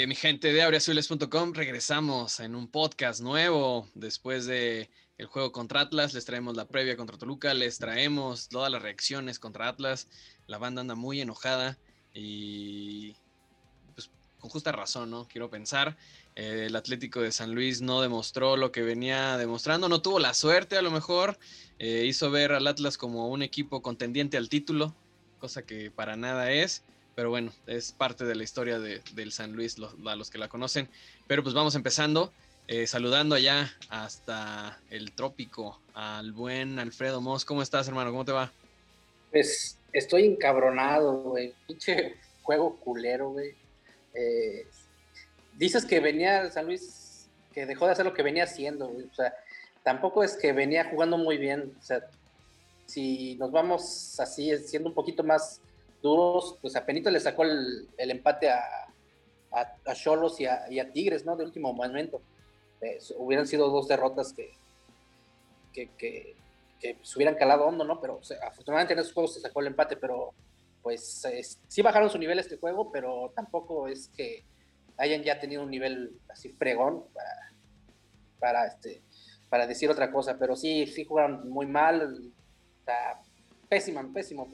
Mi gente de auriazules.com, regresamos en un podcast nuevo después de el juego contra Atlas. Les traemos la previa contra Toluca, les traemos todas las reacciones contra Atlas. La banda anda muy enojada y pues con justa razón, ¿no? Quiero pensar. El Atlético de San Luis no demostró lo que venía demostrando, no tuvo la suerte a lo mejor, hizo ver al Atlas como un equipo contendiente al título, cosa que para nada es. Pero bueno, es parte de la historia del San Luis, a los que la conocen. Pero pues vamos empezando, saludando allá hasta el trópico al buen Alfredo Moss. ¿Cómo estás, hermano? ¿Cómo te va? Pues estoy encabronado, güey. Pinche juego culero, güey. Dices que venía San Luis, que dejó de hacer lo que venía haciendo, güey. O sea, tampoco es que venía jugando muy bien. O sea, si nos vamos así, siendo un poquito más duros, pues a Penito le sacó el empate a Xolos y a Tigres, ¿no? De último momento. Hubieran sido dos derrotas que se hubieran calado hondo, ¿no? Pero o sea, afortunadamente en esos juegos se sacó el empate, pero pues sí bajaron su nivel este juego, pero tampoco es que hayan ya tenido un nivel así fregón para decir otra cosa, pero sí jugaron muy mal, o sea, pésimo.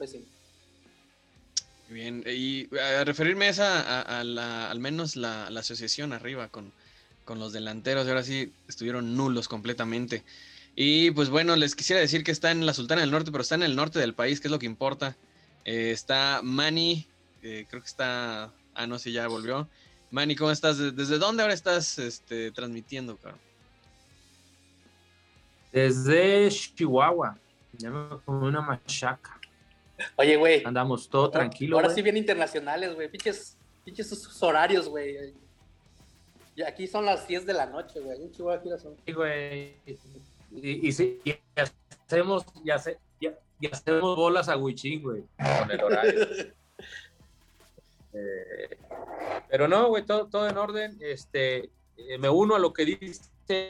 Bien, y a referirme al menos la asociación arriba con los delanteros, ahora sí estuvieron nulos completamente. Y pues bueno, les quisiera decir que está en la Sultana del Norte, pero está en el norte del país, que es lo que importa. Está Manny, creo que está... Ah, no sé, ya volvió. Manny, ¿cómo estás? ¿Desde dónde ahora estás transmitiendo, cabrón? Desde Chihuahua. Ya me comí una machaca. Oye, güey. Andamos todo tranquilo, ahora güey. sí bien internacionales, güey. Pinches sus horarios, güey. Y aquí son las 10 de la noche, güey. En Chihuahua aquí son. Sí, güey. Y hacemos, y hacemos bolas a Huichín, güey, con el horario. Pero no, güey, todo en orden. Me uno a lo que dice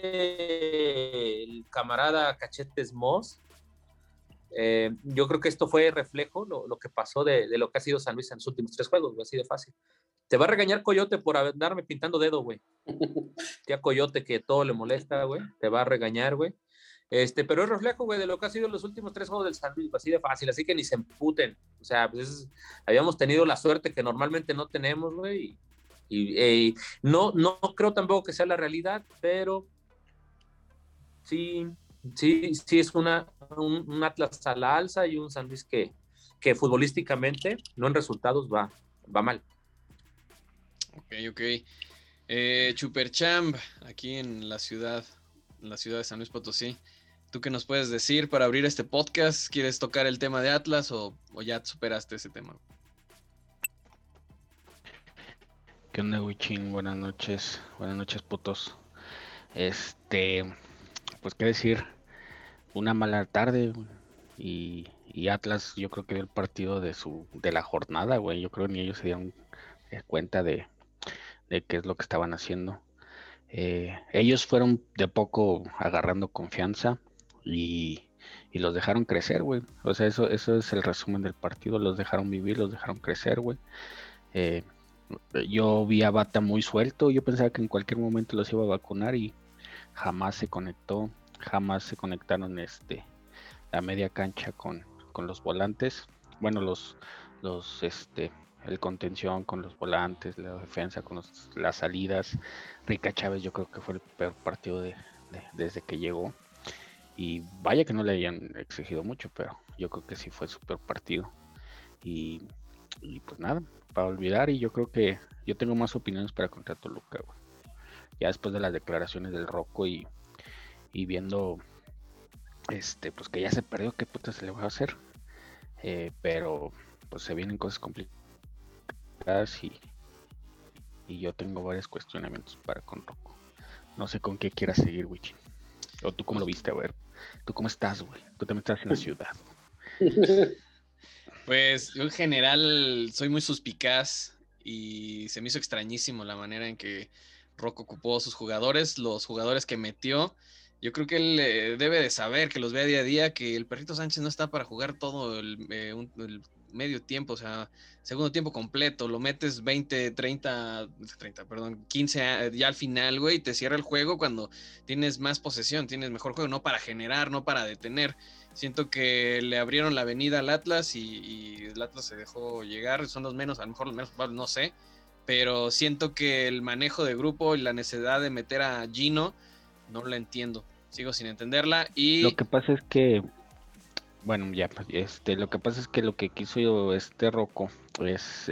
el camarada Cachetes Moss. Yo creo que esto fue reflejo, lo que pasó de lo que ha sido San Luis en los últimos 3 juegos, güey, así de fácil. Te va a regañar Coyote por andarme pintando dedo, güey. Tía Coyote, que todo le molesta, güey, te va a regañar, güey. Pero es reflejo, güey, de lo que ha sido los últimos 3 juegos del San Luis, así de fácil, así que ni se emputen. O sea, pues habíamos tenido la suerte que normalmente no tenemos, güey, y no creo tampoco que sea la realidad, pero sí es un Atlas a la alza y un San Luis que futbolísticamente, no en resultados, va mal. Ok. Chuperchamp, aquí en la ciudad de San Luis Potosí. ¿Tú qué nos puedes decir para abrir este podcast? ¿Quieres tocar el tema de Atlas o ya superaste ese tema? ¿Qué onda, Huichín? Buenas noches, putos. Pues qué decir, una mala tarde y Atlas, yo creo que dio el partido de la jornada, güey. Yo creo que ni ellos se dieron cuenta de qué es lo que estaban haciendo. Ellos fueron de poco agarrando confianza y los dejaron crecer, güey. O sea, eso es el resumen del partido. Los dejaron vivir, los dejaron crecer, güey. Yo vi a Bata muy suelto. Yo pensaba que en cualquier momento los iba a vacunar y jamás se conectó. Jamás se conectaron a media cancha con los volantes. Bueno, el contención con los volantes, la defensa con las salidas. Rica Chávez yo creo que fue el peor partido desde que llegó. Y vaya que no le hayan exigido mucho, pero yo creo que sí fue su peor partido. Y pues nada, para olvidar. Y yo creo que yo tengo más opiniones para contra Toluca, güey. Ya después de las declaraciones del Rocco y viendo pues que ya se perdió, qué puta se le va a hacer. Pero pues se vienen cosas complicadas y yo tengo varios cuestionamientos para con Rocco. No sé con qué quieras seguir, Wichi. O tú cómo lo viste, a ver. ¿Tú cómo estás, güey? Tú también estás en la ciudad. Pues yo en general soy muy suspicaz y se me hizo extrañísimo la manera en que Rocco ocupó sus jugadores, los jugadores que metió. Yo creo que él debe de saber, que los ve día a día, que el Perrito Sánchez no está para jugar todo el medio tiempo, o sea, segundo tiempo completo, lo metes 20, 30, perdón, 15 ya al final, güey, y te cierra el juego cuando tienes más posesión, tienes mejor juego, no para generar, no para detener. Siento que le abrieron la avenida al Atlas y el Atlas se dejó llegar, son los menos, a lo mejor los menos probables, no sé, pero siento que el manejo de grupo y la necesidad de meter a Gino, no la entiendo, sigo sin entenderla. Y Lo que pasa es que, bueno, ya, lo que pasa es que lo que quiso Rocco es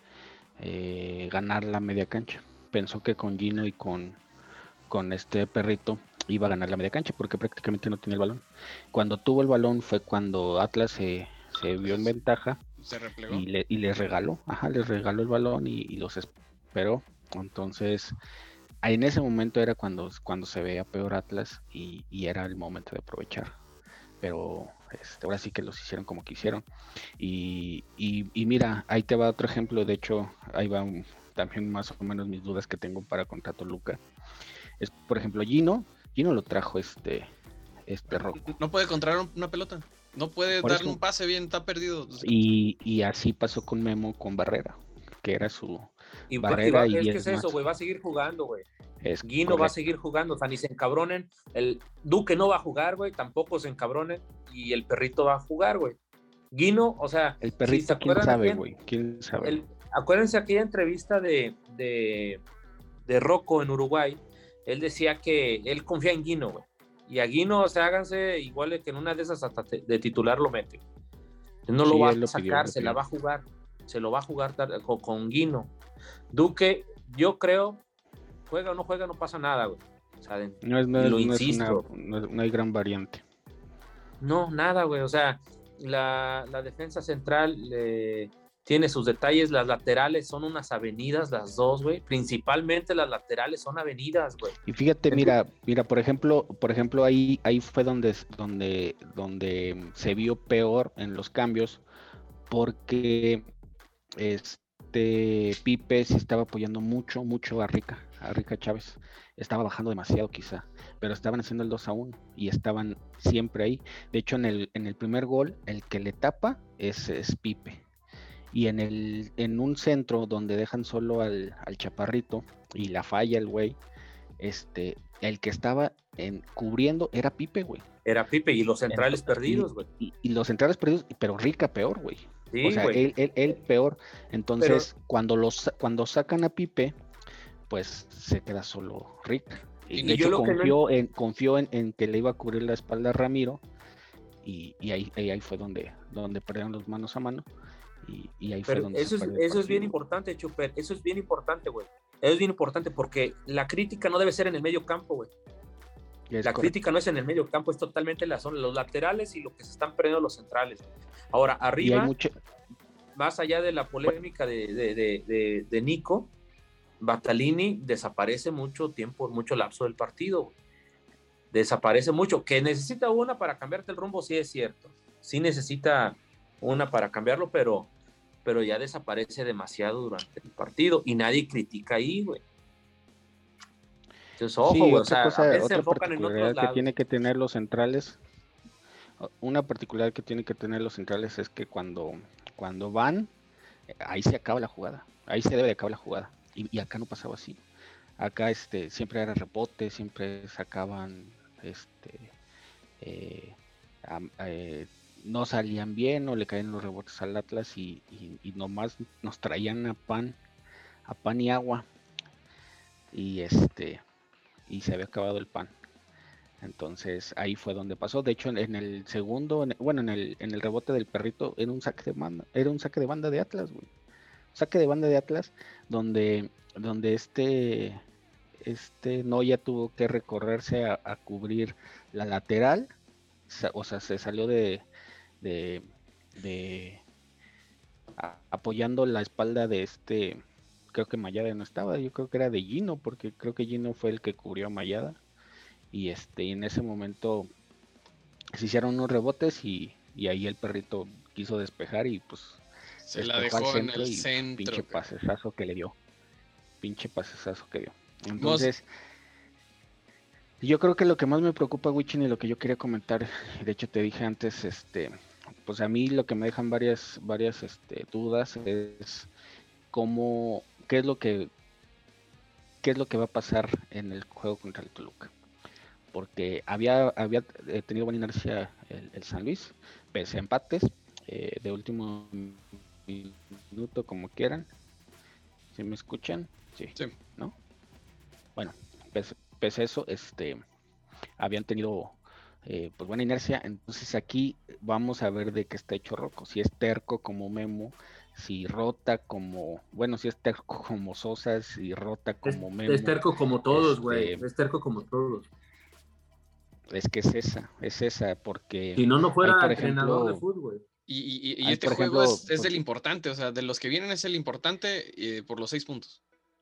ganar la media cancha. Pensó que con Gino y con este Perrito iba a ganar la media cancha porque prácticamente no tenía el balón. Cuando tuvo el balón fue cuando Atlas se vio en ventaja se replegó. y les regaló el balón y los esperó. Entonces, en ese momento era cuando se veía peor Atlas y era el momento de aprovechar. Pero ahora sí que los hicieron como quisieron. Y mira, ahí te va otro ejemplo. De hecho, ahí va también más o menos mis dudas que tengo para contra Toluca. Es, por ejemplo, Gino lo trajo este Rocco. No puede controlar una pelota. No puede Por darle eso. un pase bien, está perdido. Y así pasó con Memo, con Barrera, que era su Y Barrera y es que 10 es eso, más. güey, va a seguir jugando, güey. Es Guino correcto. va a seguir jugando, o sea, ni se encabronen. El Duque no va a jugar, güey, tampoco se encabronen. Y el Perrito va a jugar, güey. Guino, o sea, El Perrito, si se quién acuerdan sabe, güey, quién sabe. Acuérdense aquella entrevista de Rocco en Uruguay, él decía que él confía en Guino, güey. Y a Guino, o sea, háganse igual que en una de esas hasta de titular lo mete. No Sí, lo va él a lo sacar, pidió. se la va a jugar. Se lo va a jugar con Guino. Duque, yo creo, juega o no juega, no pasa nada, güey. O sea, y lo insisto. No hay gran variante. No, nada, güey. O sea, la defensa central tiene sus detalles. Las laterales son unas avenidas, las dos, güey. Principalmente las laterales son avenidas, güey. Y fíjate, mira, por ejemplo, ahí fue donde se vio peor en los cambios, porque Pipe se estaba apoyando mucho a Rica Chávez. Estaba bajando demasiado quizá, pero estaban haciendo el 2-1 y estaban siempre ahí. De hecho, en el primer gol, el que le tapa es Pipe. Y en un centro donde dejan solo al Chaparrito y la falla el güey, el que estaba cubriendo era Pipe, güey. Era Pipe y los centrales perdidos, güey. Y los centrales perdidos, pero Rica peor, güey. Sí, o sea, él peor. Entonces, pero cuando sacan a Pipe, pues se queda solo Rick. Y de hecho confió en que le iba a cubrir la espalda a Ramiro. Y ahí fue donde perdieron los manos a mano. Y ahí fue donde eso es bien importante, Chuper. Eso es bien importante, güey. Es bien importante porque la crítica no debe ser en el medio campo, güey. La crítica no es en el medio campo, es totalmente en la zona, los laterales y lo que se están perdiendo los centrales. Ahora, arriba, más allá de la polémica de Nico, Batalini desaparece mucho tiempo, mucho lapso del partido, güey. Desaparece mucho. Que necesita una para cambiarte el rumbo, sí es cierto. Sí necesita una para cambiarlo, pero ya desaparece demasiado durante el partido y nadie critica ahí, güey. Entonces, ojo, güey, o sea, a veces se enfocan en otros lados. Que tiene que tener los centrales, una particularidad que tiene que tener los centrales es que cuando van, ahí se acaba la jugada, ahí se debe de acabar la jugada, y acá no pasaba así. Acá siempre era rebote, siempre sacaban, no salían bien o le caían los rebotes al Atlas y nomás nos traían a pan y agua y y se había acabado el pan. Entonces ahí fue donde pasó. De hecho, en el segundo, en el rebote del Perrito era un saque de banda de Atlas, güey. Saque de banda de Atlas donde Noya tuvo que recorrerse a cubrir la lateral. O sea, se salió apoyando la espalda de creo que Mayada no estaba, yo creo que era de Gino, porque creo que Gino fue el que cubrió a Mayada. Y en ese momento se hicieron unos rebotes y ahí el Perrito quiso despejar y pues se la dejó en el centro. Pinche pasesazo que le dio. Entonces, Yo creo que lo que más me preocupa, Wichin, y lo que yo quería comentar, y de hecho te dije antes, pues a mí lo que me dejan varias dudas es cómo, qué es lo que va a pasar en el juego contra el Toluca. Porque había tenido buena inercia el San Luis, pese a empates de último minuto, como quieran. ¿Sí me escuchan? Sí. ¿No? Bueno, pese a eso, habían tenido pues buena inercia. Entonces aquí vamos a ver de qué está hecho Rocco. Si es terco como Memo, si rota como, bueno, si es terco como Sosa, si rota como Memo. Es terco como todos, güey. Es terco como todos. Es que es esa, porque si no fuera ahí, por entrenador ejemplo, de fútbol. Y ahí, este por juego ejemplo, es del importante, o sea, de los que vienen es el importante por los 6 puntos.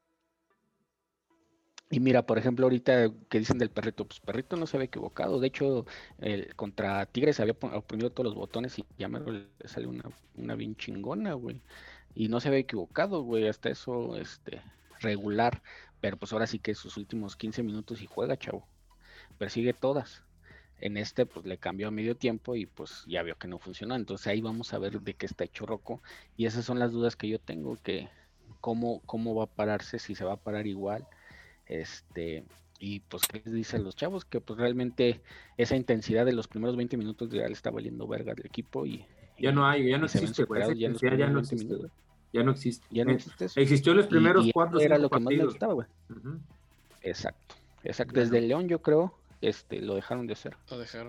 Y mira, por ejemplo, ahorita que dicen del Perrito, pues Perrito no se había equivocado. De hecho, contra Tigres había oprimido todos los botones y ya me le sale una bien chingona, güey. Y no se había equivocado, güey, hasta eso, regular. Pero pues ahora sí que sus últimos 15 minutos y juega, chavo. Persigue todas. En pues le cambió a medio tiempo y pues ya vio que no funcionó. Entonces ahí vamos a ver de qué está hecho Rocco. Y esas son las dudas que yo tengo, que cómo va a pararse, si se va a parar igual. Y pues qué les dice a los chavos, que pues realmente esa intensidad de los primeros 20 minutos ya le está valiendo verga al equipo ya no existe, güey. Esa intensidad ya no existe, güey. Ya no existe. Ya no existe eso. Existió en los primeros 4 o 5 era lo partidos. Que más me gustaba, güey. Uh-huh. Exacto. Desde el León, yo creo, lo dejaron de hacer. Lo dejaron.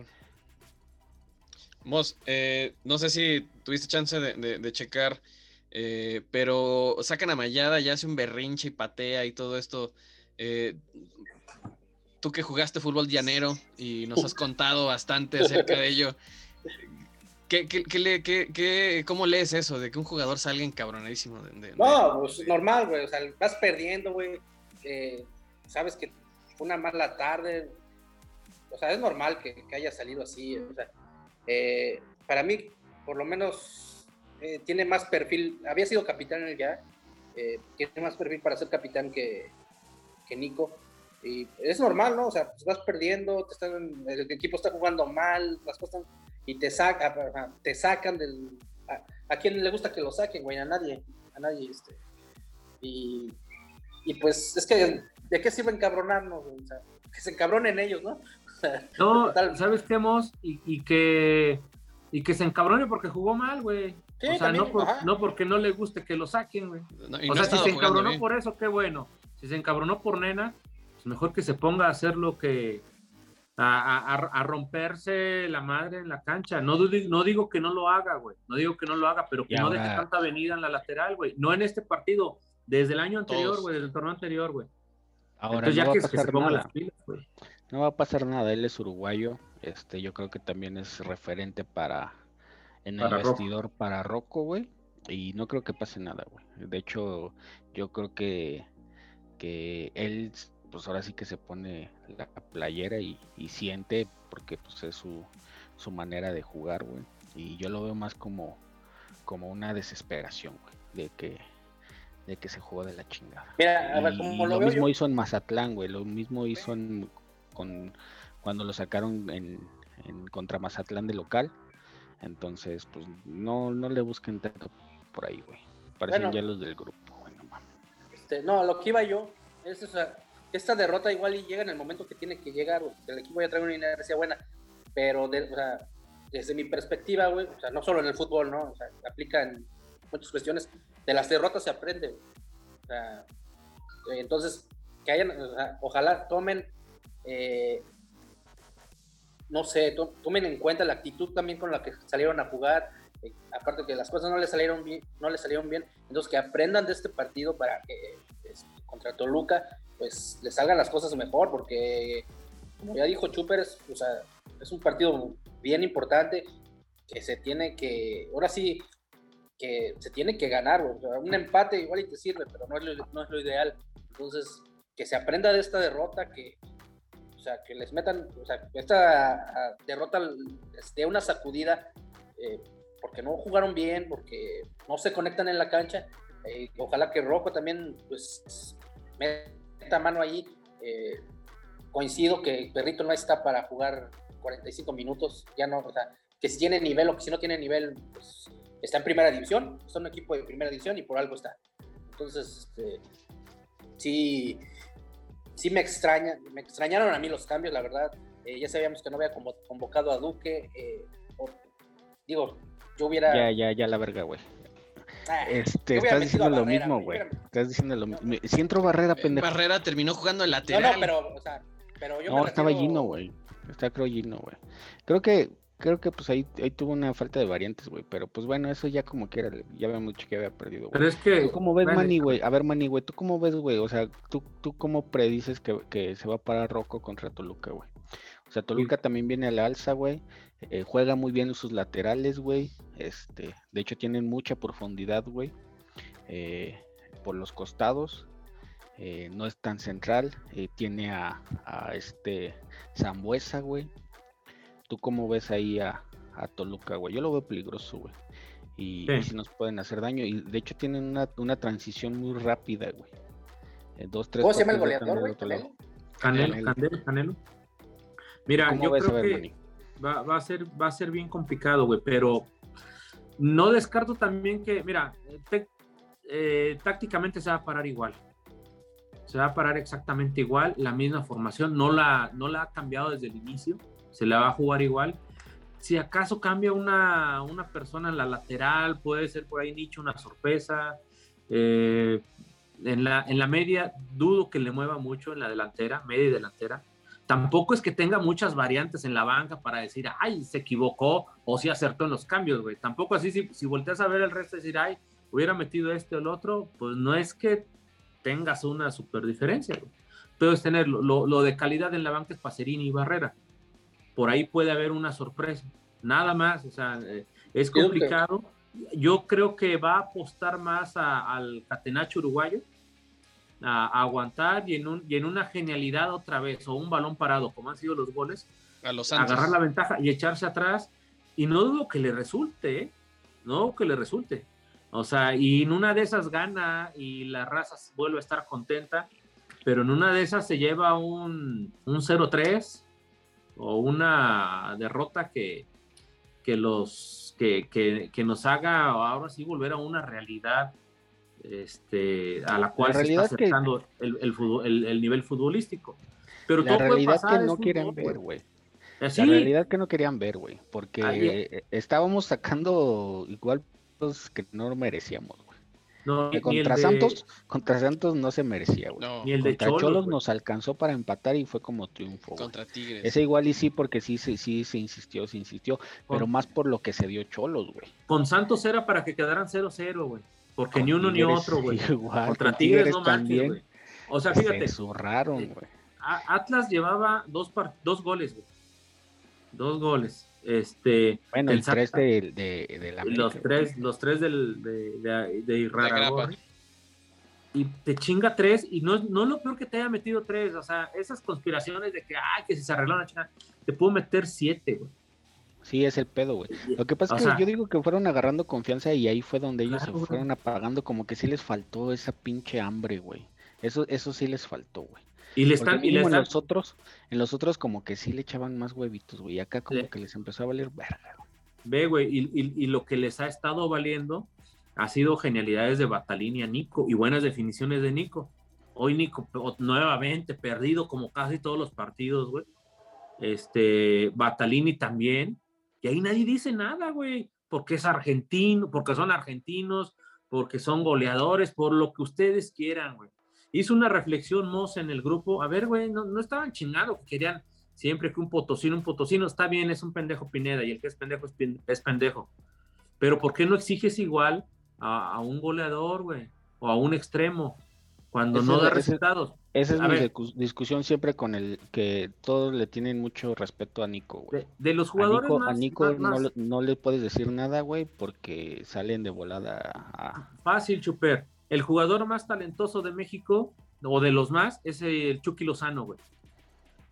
Mos, no sé si tuviste chance de checar, pero sacan a Mayada, ya hace un berrinche y patea y todo esto. Tú que jugaste fútbol llanero y nos has contado bastante acerca de ello, ¿cómo lees eso de que un jugador salga encabronadísimo? No, pues normal, güey, o sea, vas perdiendo, güey, sabes que fue una mala tarde, o sea, es normal que haya salido así, o sea, para mí, por lo menos, tiene más perfil, había sido capitán en el ya, tiene más perfil para ser capitán que Nico, y es normal, ¿no? O sea, pues vas perdiendo, el equipo está jugando mal, las cosas y te sacan del... ¿A quién le gusta que lo saquen, güey? A nadie, y pues es que, ¿de qué sirve encabronarnos, güey? O sea, que se encabronen ellos, ¿no? No, ¿sabes qué, Mos? Y que se encabrone porque jugó mal, güey. Sí, o sea, también, no porque no le guste que lo saquen, güey. No, o sea, si se encabronó bien por eso, qué bueno. Si se encabronó por Nena, pues mejor que se ponga a hacer lo que... A romperse la madre en la cancha. No digo que no lo haga, güey. No digo que no lo haga, pero que no deje tanta avenida en la lateral, güey. No en este partido, desde el año anterior, güey, desde el torneo anterior, güey. Ahora, entonces, no ya que se ponga las pilas, güey. No va a pasar nada, él es uruguayo. Yo creo que también es referente en el vestidor para Rocco, güey. Y no creo que pase nada, güey. De hecho, yo creo que él, pues ahora sí que se pone la playera y siente, porque pues es su manera de jugar, güey. Y yo lo veo más como una desesperación, güey, de que se jugó de la chingada. Mira, a ver, como lo mismo hizo en Mazatlán, güey. Lo mismo hizo cuando lo sacaron en contra Mazatlán de local. Entonces, pues no le busquen tanto por ahí, güey. Parecen ya los del grupo, güey, no mames. No, lo que iba yo es, o sea, esta derrota igual y llega en el momento que tiene que llegar, güey. El equipo ya trae una inercia buena, pero o sea, desde mi perspectiva, güey, o sea, no solo en el fútbol, ¿no? O sea, aplica en muchas cuestiones. De las derrotas se aprende, güey. O sea, entonces, que hayan, o sea, ojalá tomen, no sé, tomen en cuenta la actitud también con la que salieron a jugar, aparte que las cosas no les salieron bien, entonces que aprendan de este partido para que contra Toluca, pues les salgan las cosas mejor, porque como ya dijo Chuper, o sea, es un partido bien importante que se tiene que, ahora sí, que se tiene que ganar, o sea, un empate igual y te sirve, pero no es lo ideal. Entonces, que se aprenda de esta derrota, o sea, que les metan, o sea, esta derrota les dé una sacudida, porque no jugaron bien, porque no se conectan en la cancha. Ojalá que Rocco también, pues, meta mano ahí, coincido que Perrito no está para jugar 45 minutos, ya no, o sea, que si tiene nivel o que si no tiene nivel, pues está en primera división, es un equipo de primera división y por algo está. Entonces, sí me extrañaron a mí los cambios, la verdad. Ya sabíamos que no había convocado a Duque, yo hubiera... Ya la verga, güey. Estás diciendo lo mismo, güey. Estás diciendo lo mismo. Si entró Barrera, pendejo. Barrera terminó jugando en lateral. No, pero yo no, estaba Gino, güey. Está creo Gino, güey. Creo que pues ahí tuvo una falta de variantes, güey. Pero pues bueno, eso ya como quiera, ya habíamos dicho que había perdido, güey. Pero es que... ¿Tú cómo ves, Manny, güey? A ver, Manny, güey, ¿tú cómo ves, güey? O sea, ¿tú cómo predices que se va a parar Rocco contra Toluca, güey? O sea, Toluca también viene a la alza, güey. Juega muy bien sus laterales, güey. De hecho, tienen mucha profundidad, güey. Por los costados. No es tan central. Tiene a Sambuesa, güey. ¿Tú cómo ves ahí a Toluca, güey? Yo lo veo peligroso, güey. Y si nos pueden hacer daño. Y de hecho tienen una transición muy rápida, güey. 2-3. ¿Cómo se llama el goleador, güey? Canelo. Mira, yo creo que va a ser bien complicado, güey, pero no descarto también que, mira, tácticamente se va a parar igual. Se va a parar exactamente igual, la misma formación, no la ha cambiado desde el inicio, se la va a jugar igual. Si acaso cambia una persona en la lateral, puede ser por ahí Nicho una sorpresa. En la media dudo que le mueva mucho, en la delantera, media y delantera. Tampoco es que tenga muchas variantes en la banca para decir, ay, se equivocó o si acertó en los cambios, güey. Tampoco así, si volteas a ver el resto y decir, ay, hubiera metido este o el otro, pues no es que tengas una super diferencia, güey. Puedes tener lo de calidad en la banca es Pacerini y Barrera. Por ahí puede haber una sorpresa. Nada más, o sea, es complicado. Yo creo que va a apostar más al catenacho uruguayo, a aguantar y en una genialidad otra vez, o un balón parado, como han sido los goles, a los Santos, agarrar la ventaja y echarse atrás, y no dudo que le resulte, no que le resulte. O sea, y en una de esas gana y la raza vuelve a estar contenta, pero en una de esas se lleva un 0-3 o una derrota que nos haga ahora sí volver a una realidad a la cual se está acercando el nivel futbolístico. Pero la todo realidad puede pasar, que no quieren ver, güey. ¿Sí? La realidad que no querían ver, güey, porque estábamos sacando igual pues, que no merecíamos, güey. No, contra Santos no se merecía, güey. Ni el contra de Cholos nos alcanzó para empatar y fue como triunfo. Contra Tigres. Ese igual y sí, porque sí se insistió, pero más por lo que se dio Cholos, güey. Con Santos era para que quedaran 0-0, güey. Porque ni uno Tigres, ni otro, güey. Igual, contra Tigres no también. Güey. O sea, fíjate. Se zurraron, güey. Atlas llevaba dos goles, güey. 2 goles. Bueno, el 3 de la América, los tres de Irarrágorri. Y te chinga 3, y no es lo peor que te haya metido 3. O sea, esas conspiraciones de que si se arregló una chingada, te puedo meter 7, güey. Sí, es el pedo, güey. Lo que pasa es que yo digo que fueron agarrando confianza y ahí fue donde ellos se fueron apagando, como que sí les faltó esa pinche hambre, güey. Eso sí les faltó, güey. En los otros como que sí le echaban más huevitos, güey. Y acá como que les empezó a valer verga, güey. Ve, güey, y lo que les ha estado valiendo ha sido genialidades de Batalini a Nico y buenas definiciones de Nico. Hoy Nico nuevamente perdido como casi todos los partidos, güey. Batalini también. Y ahí nadie dice nada, güey. Porque es argentino, porque son argentinos, porque son goleadores, por lo que ustedes quieran, güey. Hizo una reflexión Moss en el grupo. A ver, güey, no estaban chingados, querían siempre que un potosino está bien, es un pendejo Pineda, y el que es pendejo es pendejo. Pero ¿por qué no exiges igual a un goleador, güey? O a un extremo, cuando no da resultados. Esa es mi discusión siempre con el que todos le tienen mucho respeto a Nico, güey. De los jugadores a Nico no le puedes decir nada, güey, porque salen de volada Fácil, Chuper. El jugador más talentoso de México, o de los más, es el Chucky Lozano, güey.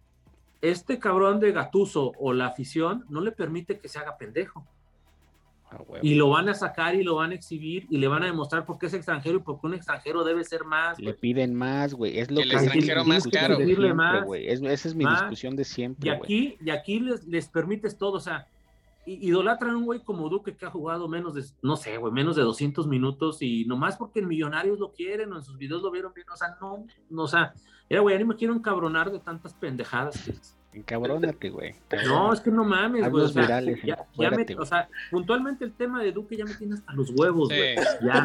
Este cabrón de Gattuso o la afición no le permite que se haga pendejo. Y lo van a sacar y lo van a exhibir y le van a demostrar por qué es extranjero y por qué un extranjero debe ser más. Le piden más, güey. Es lo el que extranjero más caro. Esa es mi discusión de siempre, güey. Y aquí les permites todo, o sea, idolatran a un güey como Duque que ha jugado menos de 200 minutos y nomás porque en Millonarios lo quieren o en sus videos lo vieron bien, o sea, güey, ya ni me quiero encabronar de tantas pendejadas. Encabrónate, güey. No, es que no mames, güey. O sea, virales, o sea, puntualmente el tema de Duque ya me tiene hasta los huevos, güey.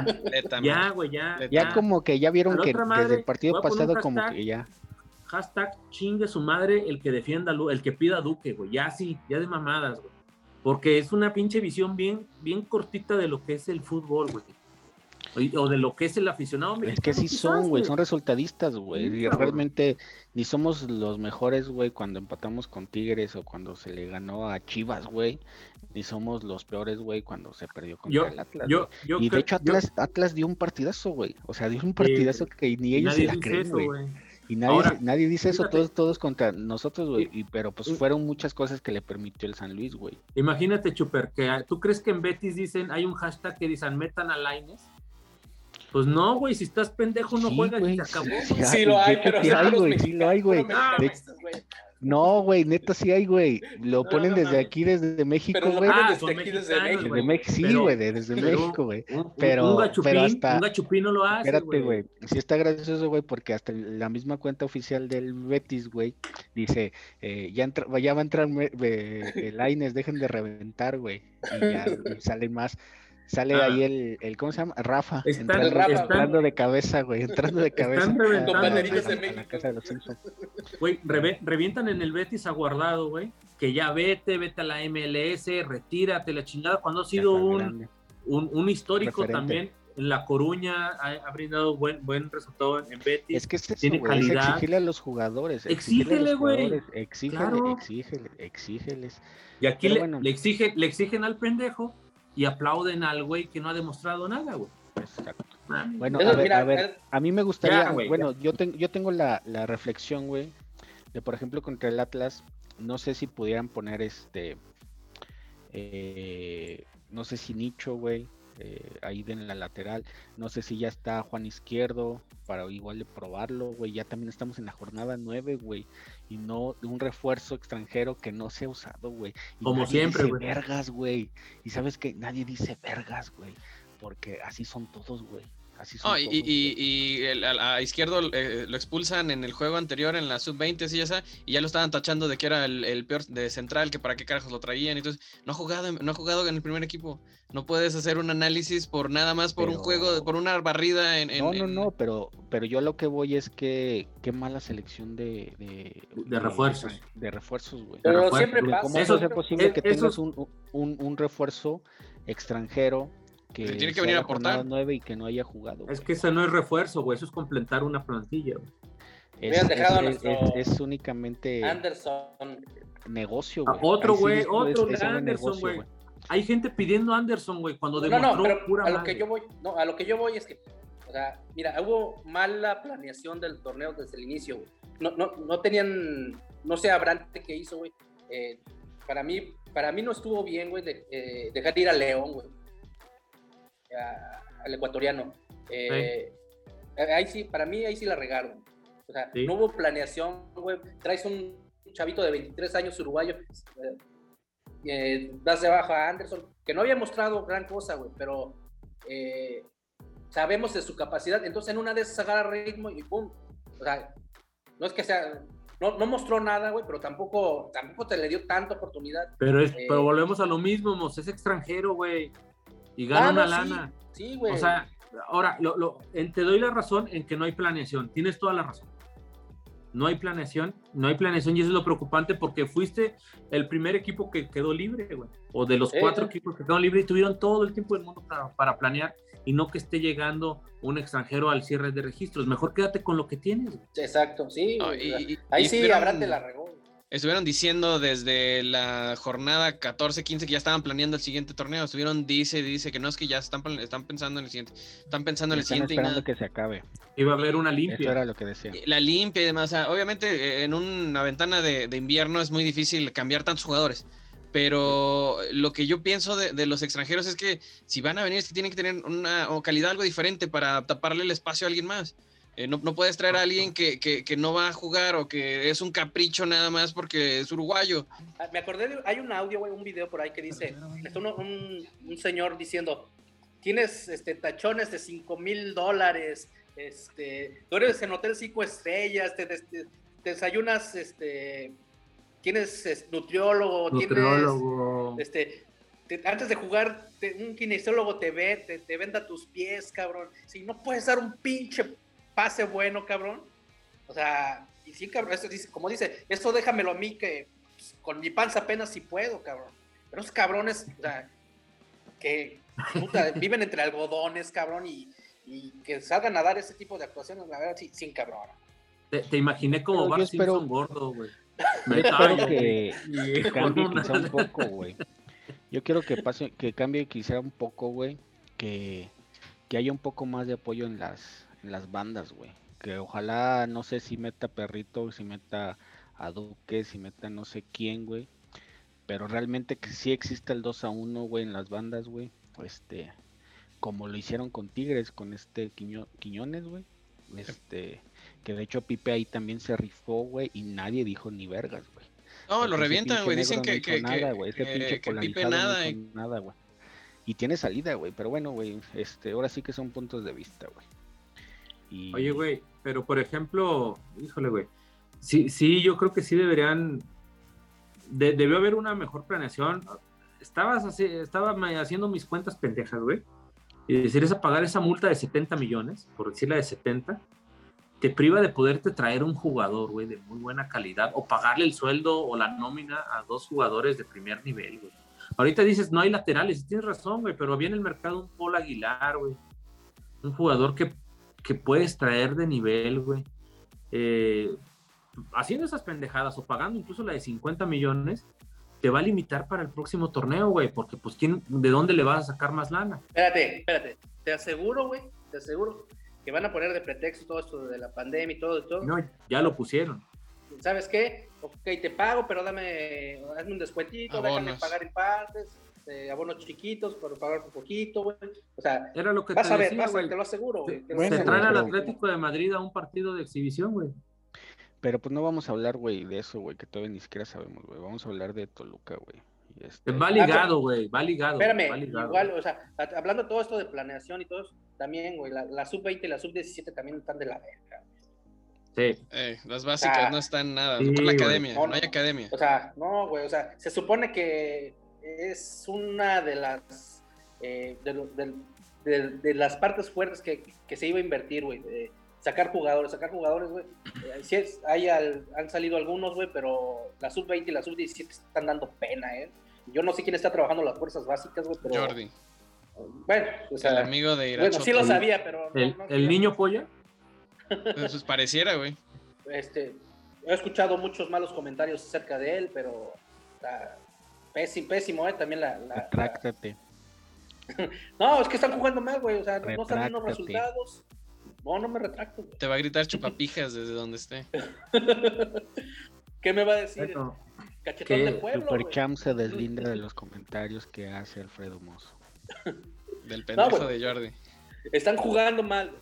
Ya como que ya vieron que desde el partido pasado como que ya. Hashtag chingue su madre el que defienda, el que pida a Duque, güey. Ya de mamadas, güey. Porque es una pinche visión bien cortita de lo que es el fútbol, güey. O de lo que es el aficionado mexicano. Es que sí son, güey, son resultadistas, güey. Y realmente ni somos los mejores, güey, cuando empatamos con Tigres o cuando se le ganó a Chivas, güey. Ni somos los peores, güey, cuando se perdió contra el Atlas. Y de hecho Atlas dio un partidazo, güey. O sea, dio un partidazo que ni ellos se la creen, güey. Y nadie dice eso, todos contra nosotros, güey. Pero pues fueron muchas cosas que le permitió el San Luis, güey. Imagínate, Chuper, que ¿tú crees que en Betis hay un hashtag que dicen metan a Lainez? Pues no, güey, si estás pendejo no juegas y se acabó. Sí lo hay, pero sí lo hay, güey. No, güey, neta sí hay, güey. Lo ponen desde aquí, desde México, güey. Desde México, sí, güey, desde México, güey. Pero hasta... Un gachupín no lo hace, espérate, güey. Sí está gracioso, güey, porque hasta la misma cuenta oficial del Betis, güey, dice, ya va a entrar Lainez, dejen de reventar, güey. Y salen más. Sale ahí el ¿cómo se llama? Rafa. Entrando de cabeza, güey. Entrando de cabeza. Están reventando la casa de los Simpsons. Güey, revientan en el Betis a Guardado, güey. Que ya vete a la MLS, retírate la chingada. Cuando ha sido un histórico referente. También. En La Coruña ha brindado buen resultado en Betis. Es que es eso, tiene calidad. Es exigirle a los jugadores. Exígele, güey. Exígeles. Y aquí le exigen al pendejo. Y aplauden al güey que no ha demostrado nada, güey. Exacto. Bueno, a ver, a mí me gustaría, yo tengo la reflexión, güey, de por ejemplo contra el Atlas, no sé si pudieran poner no sé si Nicho, güey, ahí en la lateral, no sé si ya está Juan Izquierdo, para igual de probarlo, güey, ya también estamos en la jornada 9, güey, y no un refuerzo extranjero que no se ha usado, güey. Como siempre, güey. Vergas, güey. Y sabes que nadie dice vergas, güey, porque así son todos, güey. Y a Izquierdo lo expulsan en el juego anterior en la sub-20, sí, y ya lo estaban tachando de que era el peor de central, que para qué carajos lo traían. Entonces, no ha jugado en el primer equipo. No puedes hacer un análisis por nada más por un juego, por una barrida No, pero yo a lo que voy es que qué mala selección de refuerzos. De refuerzos, güey. Pero siempre pasa. ¿Cómo es posible que tengas un refuerzo extranjero que tiene que venir a aportar 9 y que no haya jugado? Es que eso no es refuerzo, güey, eso es completar una plantilla, güey. Es únicamente Anderson, negocio, güey. Otro Anderson, güey. Hay gente pidiendo a Anderson, güey, cuando demostró pura a lo que yo voy es que, o sea, mira, hubo mala planeación del torneo desde el inicio, güey. No tenían, no sé, Abrante qué hizo, güey. Para mí no estuvo bien, güey, dejar de ir a León, güey. Al ecuatoriano. Ahí sí, para mí ahí sí la regaron. O sea, no hubo planeación, güey. Traes un chavito de 23 años uruguayo, das de baja a Anderson, que no había mostrado gran cosa, güey, pero sabemos de su capacidad. Entonces en una de esas agarra ritmo y pum. O sea, no es que sea, no mostró nada, güey, pero tampoco te le dio tanta oportunidad. Pero volvemos a lo mismo, es extranjero, güey. Y gana una lana. Sí, güey. O sea, ahora, te doy la razón en que no hay planeación. Tienes toda la razón. No hay planeación y eso es lo preocupante porque fuiste el primer equipo que quedó libre, güey. O de los 4 equipos que quedaron libres y tuvieron todo el tiempo del mundo para planear y no que esté llegando un extranjero al cierre de registros. Mejor quédate con lo que tienes, güey. Exacto, sí. Ahí sí, Abrante la regó. Estuvieron diciendo desde la jornada 14-15 que ya estaban planeando el siguiente torneo. Estuvieron dice que no, es que ya están pensando en el siguiente. Están pensando en el siguiente. Están esperando que se acabe. Iba a haber una limpia. Eso era lo que decía. La limpia y demás. O sea, obviamente en una ventana de invierno es muy difícil cambiar tantos jugadores. Pero lo que yo pienso de los extranjeros es que si van a venir es que tienen que tener una calidad algo diferente para taparle el espacio a alguien más. No puedes traer a alguien que no va a jugar o que es un capricho nada más porque es uruguayo. Me acordé, hay un audio, güey, un video por ahí que dice, está un señor diciendo, tienes tachones de $5,000, tú eres en hotel 5 estrellas, te desayunas, tienes nutriólogo, tienes, antes de jugar, un kinesiólogo te venda tus pies, cabrón. Si no puedes dar un pinche pase bueno, cabrón. O sea, y sí, cabrón, como dice, esto déjamelo a mí que pues, con mi panza apenas si puedo, cabrón. Pero esos cabrones, o sea, que puta, viven entre algodones, cabrón, y que salgan a dar ese tipo de actuaciones, la verdad, sí, sin cabrón. Te imaginé como Bart Simpson gordo, güey. Yo espero que cambie quizá un poco, güey. Yo quiero que cambie quizá un poco, güey, que haya un poco más de apoyo en las bandas, güey. Que ojalá, no sé si meta Perrito, si meta a Duque, si meta no sé quién, güey. Pero realmente que sí exista el 2-1, güey, en las bandas, güey. Como lo hicieron con Tigres, con Quiñones, güey. Que de hecho Pipe ahí también se rifó, güey, y nadie dijo ni vergas, güey. No, lo revientan, güey. Dicen que Pipe nada, nada, güey. Y tiene salida, güey, pero bueno, güey, ahora sí que son puntos de vista, güey. Oye, güey, pero por ejemplo, híjole, güey, sí, yo creo que sí deberían, debió haber una mejor planeación. Estaba haciendo mis cuentas pendejas, güey, y decir es a pagar esa multa de 70 millones, por decirla de 70, te priva de poderte traer un jugador, güey, de muy buena calidad, o pagarle el sueldo o la nómina a 2 jugadores de primer nivel, güey. Ahorita dices, no hay laterales, y tienes razón, güey, pero viene el mercado un Paul Aguilar, güey, un jugador que puedes traer de nivel, güey, haciendo esas pendejadas o pagando incluso la de 50 millones, te va a limitar para el próximo torneo, güey, porque pues ¿de dónde le vas a sacar más lana? Espérate, te aseguro, güey, que van a poner de pretexto todo esto de la pandemia y todo. No, ya lo pusieron. ¿Sabes qué? Ok, te pago, pero hazme un descuentito, déjame pagar en partes, abonos chiquitos, para pagar un poquito, güey. O sea, era lo que vas a ver, te lo aseguro, güey. Se traen al Atlético de Madrid a un partido de exhibición, güey. Pero pues no vamos a hablar, güey, de eso, güey, que todavía ni siquiera sabemos, güey. Vamos a hablar de Toluca, güey. Va ligado, güey, va ligado. Espérame, igual, o sea, hablando de todo esto de planeación y todo eso, también, güey, la sub-20 y la sub-17 también están de la verga. Sí. Las básicas no están nada, sí, por la academia, no hay academia. O sea, no, güey, o sea, se supone que es una de las de las partes fuertes que se iba a invertir, güey, sacar jugadores, güey. Sí han salido algunos, güey, pero la sub-20 y la sub-17 están dando pena, Yo no sé quién está trabajando las fuerzas básicas, güey, pero... Jordi. Bueno, o sea... El amigo de Iracho. Bueno, sí lo sabía, pero... ¿El niño polla? Pues pareciera, güey. He escuchado muchos malos comentarios acerca de él, pero... Pésimo, también Retráctate. No, es que están jugando mal, güey, o sea, no están viendo resultados. No me retracto, güey. Te va a gritar chupapijas desde donde esté. ¿Qué me va a decir? Bueno, Cachetón de pueblo, Supercham se deslinda de los comentarios que hace Alfredo Mozo. Del pendejo de Jordi. Están jugando mal.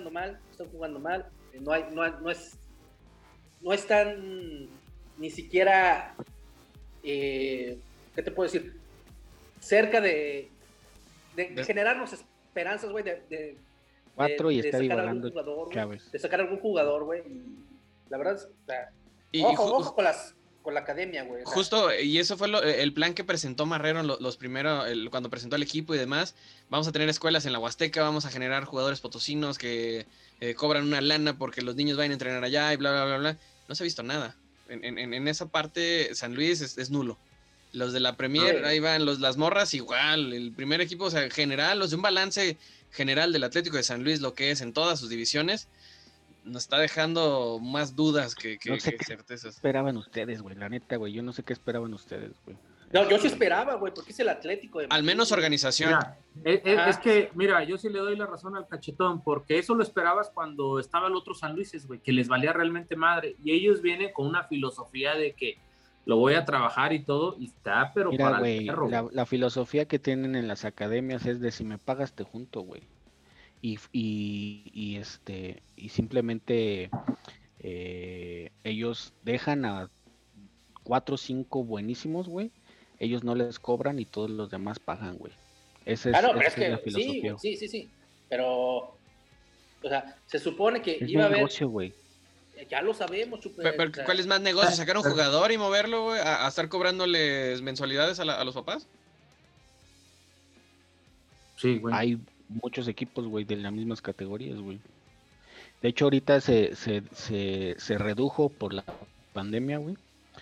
No están ni siquiera, ¿qué te puedo decir? Cerca de generarnos esperanzas, güey, de está divagando Chávez. De sacar algún jugador, güey. La verdad, o sea, ojo con la academia, güey. Justo, y eso fue el plan que presentó Marrero los primeros, cuando presentó el equipo y demás. Vamos a tener escuelas en la Huasteca, vamos a generar jugadores potosinos que cobran una lana porque los niños vayan a entrenar allá y bla, bla, bla, bla. No se ha visto nada. En esa parte, San Luis es nulo. Los de la Premier, ahí van las morras igual. El primer equipo, o sea, general, los de un balance general del Atlético de San Luis, lo que es en todas sus divisiones, nos está dejando más dudas que certezas. Esperaban ustedes, güey, la neta, güey, yo no sé qué esperaban ustedes, güey. No, yo sí esperaba, güey, porque es el Atlético de Madrid. Al menos organización. Mira, es que, mira, yo sí le doy la razón al Cachetón, porque eso lo esperabas cuando estaba el otro San Luises, güey, que les valía realmente madre, y ellos vienen con una filosofía de que lo voy a trabajar y todo, y está, pero Mira, para el güey, perro, güey. la filosofía que tienen en las academias es de si me pagas te junto, güey. Y simplemente ellos dejan a 4 o 5 buenísimos, güey. Ellos no les cobran y todos los demás pagan, güey. Esa Pero es es la que sí, filosofía. güey, sí. Pero, o sea, se supone que Es iba a haber. negocio, güey. Ya lo sabemos, Chuper. Pero, O sea, ¿cuál es más negocio? ¿Sacar un jugador y moverlo, güey? ¿A estar cobrándoles mensualidades a los papás? Sí, güey. Hay muchos equipos, güey, de las mismas categorías, güey. De hecho, ahorita se redujo por la pandemia, güey.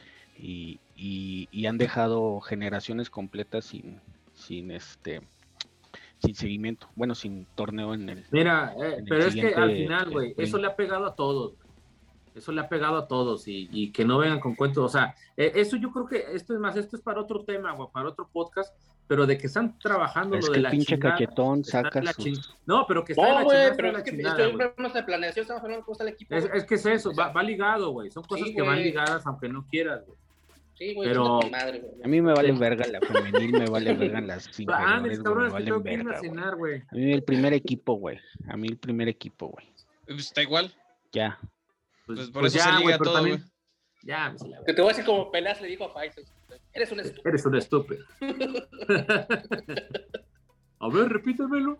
Y han dejado generaciones completas sin seguimiento. Bueno, sin torneo en el. Mira, en el pero es que al siguiente final, güey, sprint. eso le ha pegado a todos. Eso le ha pegado a todos y que no vengan con cuentos. O sea, eso yo creo que esto es para otro tema, güey, para otro podcast, pero de que están trabajando Es lo que de el la pinche chingada. cachetón está saca de la sus. ching- No, pero que está de no, la güey, chingada, pero está es de que la chingada, estoy güey. hablando de planeación, estamos hablando de cómo está el equipo. Es que es eso, O sea, va ligado, güey. Son cosas sí, que van güey. ligadas aunque no quieras, güey. Sí, güey, Pero- chinga tu madre, güey. A mí me vale verga la femenil, me vale verga las Andes, inferiores, güey, cabrón, me es que valen tengo que irme verga, a güey. cenar, güey. A mí el primer equipo, güey. Güey. Pues está igual. Ya. Pues por eso se ya, liga güey, pero todo, también. güey. Ya, me se la Que te voy a decir como Pelas le dijo a Faisal. Eres un estúpido. Eres un estúpido. A ver, repítemelo.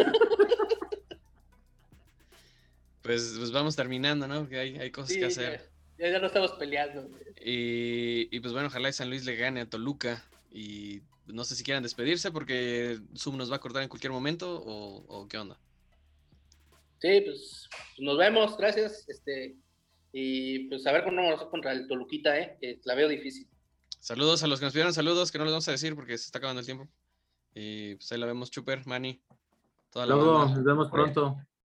Pues vamos terminando, ¿no? Porque hay cosas Sí, que hacer. ya no estamos peleando, güey. Y pues bueno, ojalá y San Luis le gane a Toluca. Y no sé si quieran despedirse porque Zoom nos va a cortar en cualquier momento o qué onda. Sí, pues nos vemos, gracias. Y pues a ver cómo nos va contra el Toluquita, que la veo difícil. Saludos a los que nos pidieron saludos, que no les vamos a decir porque se está acabando el tiempo. Y pues ahí la vemos, Chuper, Manny, toda la Luego, banda. nos vemos pronto.